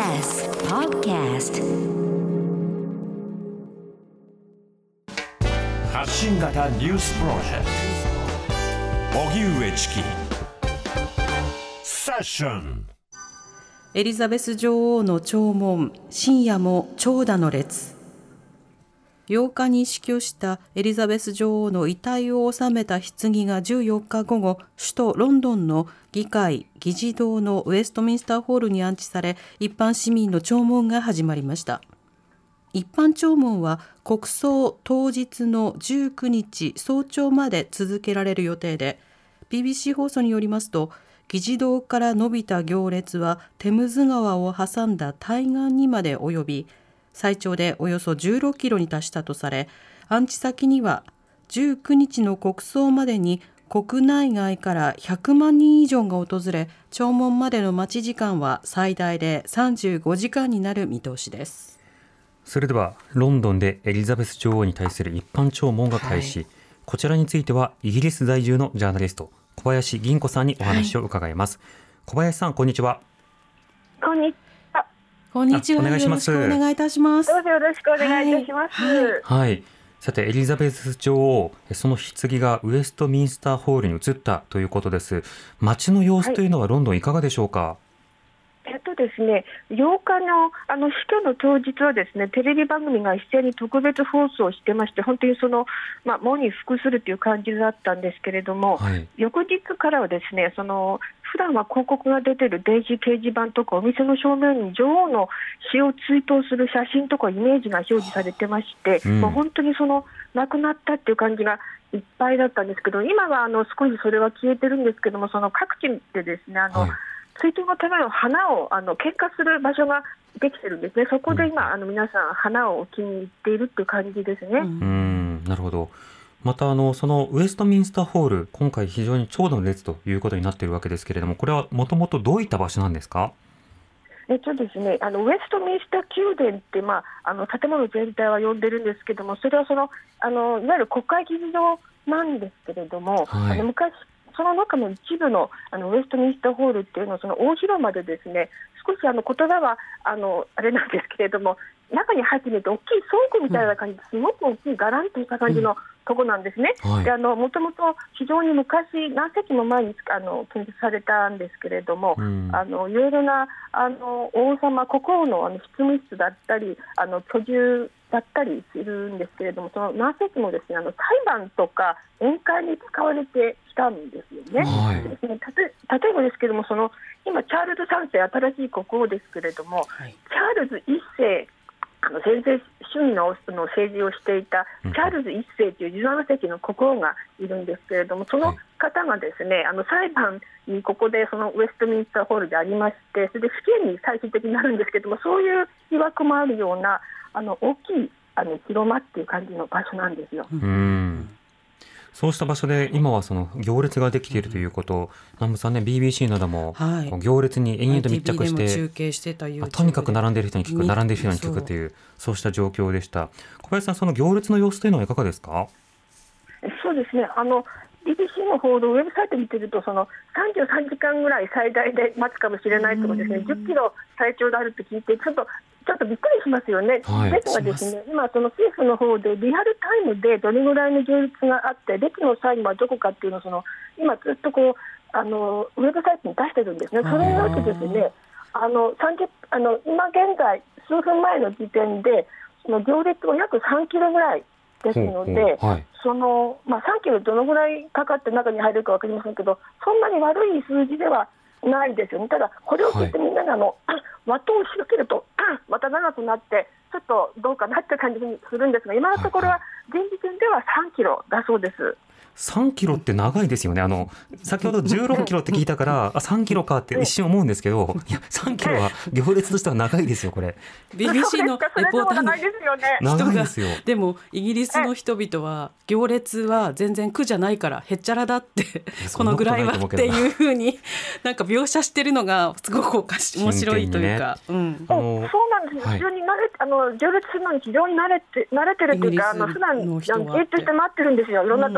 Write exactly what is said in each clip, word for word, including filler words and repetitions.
エス Podcast 発信型ニュースプロジェクト荻上チキセッション。 エリザベス女王の弔問、深夜も長蛇の列。ようかに死去したエリザベス女王の遺体を収めた棺がじゅうよっかごご、首都ロンドンの議会議事堂のウェストミンスターホールに安置され、一般市民の弔問が始まりました。一般弔問は国葬当日のじゅうくにち早朝まで続けられる予定で、 ビービーシー 放送によりますと、議事堂から伸びた行列はテムズ川を挟んだ対岸にまで及び、最長でおよそじゅうろっキロに達したとされ、安置先にはじゅうくにちの国葬までに国内外からひゃくまんにん以上が訪れ、弔問までの待ち時間は最大でさんじゅうごじかんになる見通しです。 それではロンドンでエリザベス女王に対する一般弔問が開始、はい、こちらについてはイギリス在住のジャーナリスト小林銀子さんにお話を伺います、はい、小林さん、こんにちは。 こんにちは。 こんにちは。 お願いします。 よろしくお願いいたします。 どうぞよろしくお願いいたします。 はい、はいはい、さてエリザベス女王、その棺がウェストミンスターホールに移ったということです。街の様子というのはロンドンいかがでしょうか？はい 、えっとですね、ようかの、あの死去の当日はですね、テレビ番組が一斉に特別放送してまして、本当にその、まあ、喪に服するという感じだったんですけれども、はい、翌日からはですね、その普段は広告が出ている電子掲示板とかお店の正面に女王の死を追悼する写真とかイメージが表示されてまして、うん、もう本当にその亡くなったっていう感じがいっぱいだったんですけど、今はあの少しそれは消えてるんですけども、その各地でですね、あの、はい、追悼のための花をあの献花する場所ができてるんですね。そこで今、うん、あの皆さん花を置きに行っているっていう感じですね。 うん、なるほど。またあのそのウェストミンスターホール、今回非常に長蛇の列ということになっているわけですけれども、これはもともとどういった場所なんですか？ えっとですね、あのウェストミンスター宮殿って、まあ、あの建物全体は呼んでるんですけども、それはそのあのいわゆる国会議事堂なんですけれども、はい、あの昔その中の一部 の, あのウェストミンスターホールっていうのはその大広間でですね、少しあの言葉はあのあれなんですけれども、中に入ってみると大きい倉庫みたいな感じで、すごく大きいガランとした感じのとこなんですね。もともと非常に昔何世紀も前にあの建設されたんですけれども、うん、あのいろいろなあの王様国王 の, あの執務室だったりあの居住だったりするんですけれども、その何世紀もですね、あの裁判とか宴会に使われてきたんですよね。はい、ですね、たと例えばですけれども、その今チャールズさんせい新しい国王ですけれども、はい、チャールズいっせいあの全然主義 の, の政治をしていたチャールズいっせいというじゅうななせきの国王がいるんですけれども、その方がですね、あの裁判にここでそのウェストミンスターホールでありまして、それで死刑に最終的になるんですけれども、そういう疑惑もあるようなあの大きいあの広間っていう感じの場所なんですよ。 うーん、そうした場所で今はその行列ができているということ、南部さんね、 ビービーシー なども行列に延々と密着して、 中継してた YouTube でとにかく並んでいる人に聞く、並んでいる人に聞くという、そうした状況でした。小林さん、その行列の様子というのはいかがですか？ そうですね、あの ビービーシー の報道、ウェブサイト見てると、そのさんじゅうさんじかんぐらい最大で待つかもしれないとかですね、じゅっキロ最長であると聞いて、ちょっとちょっとびっくりしますよね。はい、ですがですね、今その政府の方でリアルタイムでどれぐらいの行列があって、列の最後はどこかっていうのをその今ずっとこうあのウェブサイトに出してるんですね。それによってですね、あのさんじゅうあの今現在数分前の時点でその行列は約さんキロぐらいですので、はい、そのまあ、さんキロどのぐらいかかって中に入るか分かりませんけど、そんなに悪い数字ではないですよね。ただこれを聞いてみんながあの、はい、的を仕掛けるとまた長くなってちょっとどうかなって感じにするんですが、今のところは現時点ではさんキロだそうです。 さんキロって長いですよね。あの先ほどじゅうろっキロって聞いたからあさんキロかって一瞬思うんですけど、いやさんキロは行列としては長いですよこれ。 ビービーシー のレポーターの人がでもイギリスの人々は行列は全然苦じゃないからへっちゃらだってこのぐらいはっていう風になんか描写してるのがすごくおかし面白いというか、 ね、うん、あのそうなんですよ、はい、非常に慣れあの行列するのに非常に慣れて慣れてるというか、あの普段じっとして待ってるんですよ、いろんなところで。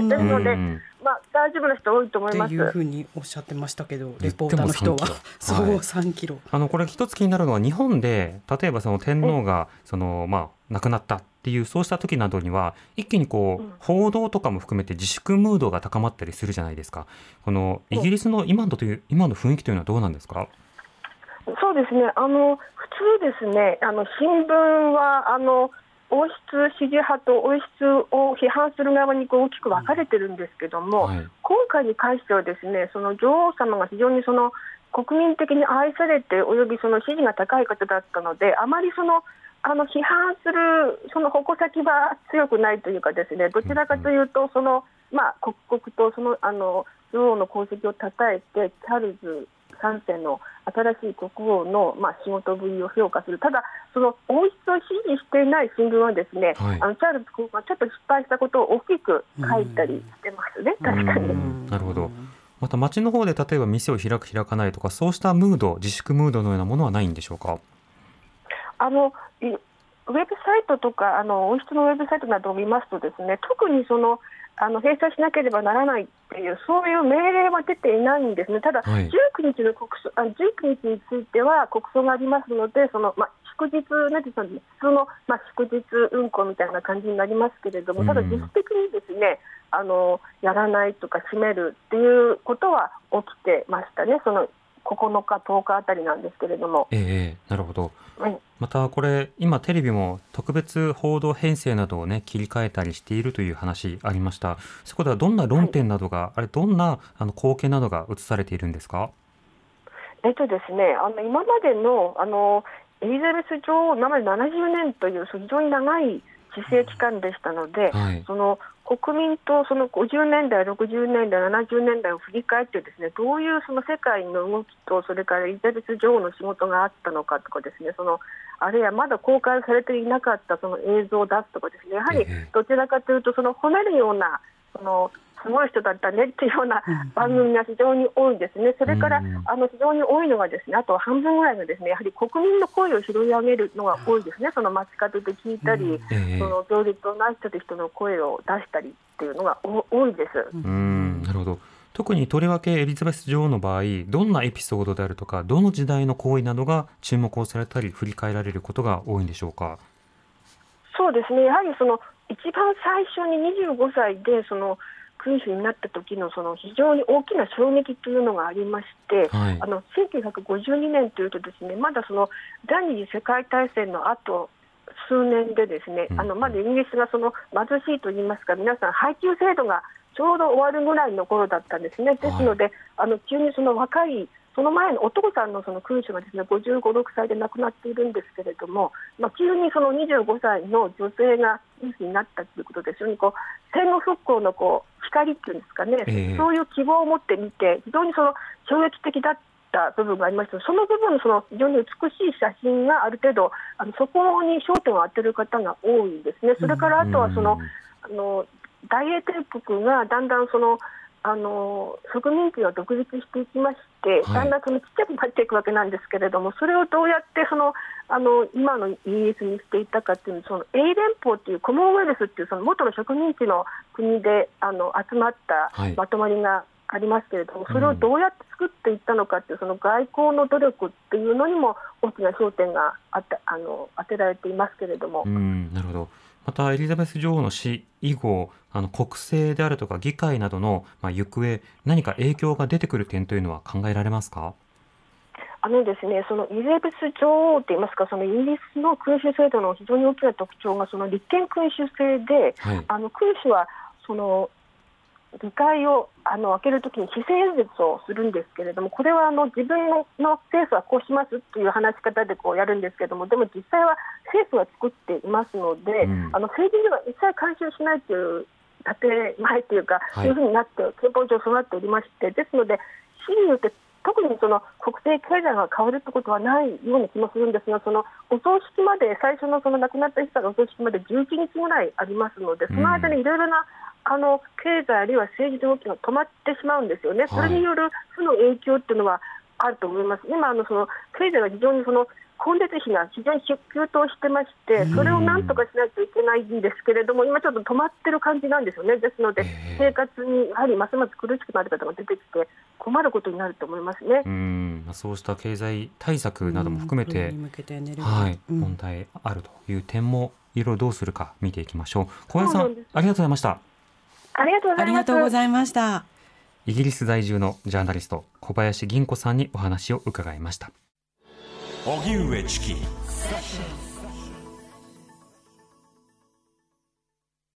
ですので、まあ、大丈夫な人多いと思います。 っていうふうにおっしゃってましたけど、レポーターの人はそう、さんキロ、 あのこれ一つ気になるのは、日本で例えばその天皇がその、まあ、亡くなったっていうそうした時などには一気にこう、うん、報道とかも含めて自粛ムードが高まったりするじゃないですか。このイギリスの今のという今の雰囲気というのはどうなんですか？ そうですね、あの普通ですね、あの新聞はあの王室支持派と王室を批判する側にこう大きく分かれてるんですけども、うん、はい、今回に関してはですね、その女王様が非常にその国民的に愛されておよびその支持が高い方だったので、あまりそのあの批判するその矛先は強くないというかですね、どちらかというとその、まあ、刻々とそのあの女王の功績をたたえてチャールズさんせいの新しい国王の、まあ、仕事ぶりを評価する。ただその王室を支持していない新聞はですね、はい、あのチャールズ国王がちょっと失敗したことを大きく書いたりしてますね。確かに。 なるほど。また町の方で例えば店を開く開かないとか、そうしたムード、自粛ムードのようなものはないんでしょうか？ あのウェブサイトとかあの王室のウェブサイトなどを見ますとですね、特にそのあの閉鎖しなければならないっていうそういう命令は出ていないんですね。ただ、はい、じゅうくにちの国葬あじゅうくにちについては国葬がありますので、その、ま、祝日なんて言うんですか、普通の、ま、祝日運行みたいな感じになりますけれども、ただ実質的にですね、あのやらないとか閉めるっていうことは起きてましたね。そのここのかとおかあたりなんですけれども、 えー、なるほど、 はい、 またこれ今テレビも特別報道編成などを、ね、切り替えたりしているという話ありました。そこではどんな論点などが、はい、あれどんなあの光景などが映されているんですか？ えっとですね、あの今までの、あのエリザベス女王今までななじゅうねんという非常に長い治世期間でしたので、はい、その国民とそのごじゅうねんだいろくじゅうねんだいななじゅうねんだいを振り返ってですね、どういうその世界の動きとそれからエリザベス女王の仕事があったのかとかですね、そのあるいはまだ公開されていなかったその映像を出すとかですね、やはりどちらかというとその褒めるようなそのすごい人だったねっていうような番組が非常に多いですね。それからあの非常に多いのがですね、あと半分ぐらいがですね、やはり国民の声を拾い上げるのが多いですね。その街角で聞いたり、その行列をなしている人の声を出したりっていうのが多いです。 うーん、なるほど。特にとりわけエリザベス女王の場合、どんなエピソードであるとか、どの時代の行為などが注目をされたり振り返られることが多いんでしょうか？ そうですね、やはりその一番最初ににじゅうごさいでその君主になった時のその非常に大きな衝撃というのがありまして、はい、あのせんきゅうひゃくごじゅうにねんというとですね、まだその第二次世界大戦の後数年でですね、うん、あのまだイギリスがその貧しいといいますか、皆さん配給制度がちょうど終わるぐらいの頃だったんですね。ですので、はい、あの急にその若いその前のお父さんのその君主がですねごじゅうご、ろくさいで亡くなっているんですけれども、まあ、急にそのにじゅうごさいの女性が君主になったということで、非常にこう戦後復興のこう光っていうんですかね、えー、そういう希望を持って見て非常にその衝撃的だった部分がありました。その部分、その非常に美しい写真がある程度あのそこに焦点を当てる方が多いですね。それからあとはその、あの大英帝国がだんだんそのあの植民地が独立していきまして、はい、だんだんそのちっちゃくなっていくわけなんですけれども、それをどうやってそのあの今のイギリスにしていったかというと、その英連邦というコモンウェルスというその元の植民地の国であの集まったまとまりがありますけれども、はい、それをどうやって作っていったのかというその外交の努力っていうのにも大きな焦点があったあの当てられていますけれども。 うん、なるほど。またエリザベス女王の死以後、あの国政であるとか議会などの、まあ、行方、何か影響が出てくる点というのは考えられますか？ あのですね、そのエリザベス女王といいますか、そのイギリスの君主制度の非常に大きな特徴がその立憲君主制で、はい、あの君主はその議会をあの開けるときに施政演説をするんですけれども、これはあの自分の政府はこうしますという話し方でこうやるんですけれども、でも実際は政府が作っていますので、うん、あの政治には一切干渉しないという建前というか、はい、そういうふうになって憲法上そうなっておりまして、ですので市によって特にその国政経済が変わるということはないような気もするんですが、そのお葬式まで最初のその亡くなった日からお葬式までじゅういちにちぐらいありますので、その間にいろいろなあの経済あるいは政治の動きが止まってしまうんですよね。それによる負の影響っていうのはあると思います。今あのその経済が非常にその光熱費が非常に急騰してまして、それをなんとかしないといけないんですけれども、今ちょっと止まってる感じなんですよね。ですので、生活にやはりますます苦しくなる方が出てきて困ることになると思いますね。 うん、そうした経済対策なども含めて、はい、問題あるという点もいろいろどうするか見ていきましょう。小林さん、ありがとうございました。 ありがとうございます。 ありがとうございました。 イギリス在住のジャーナリスト小林銀子さんにお話を伺いました。 荻上チキ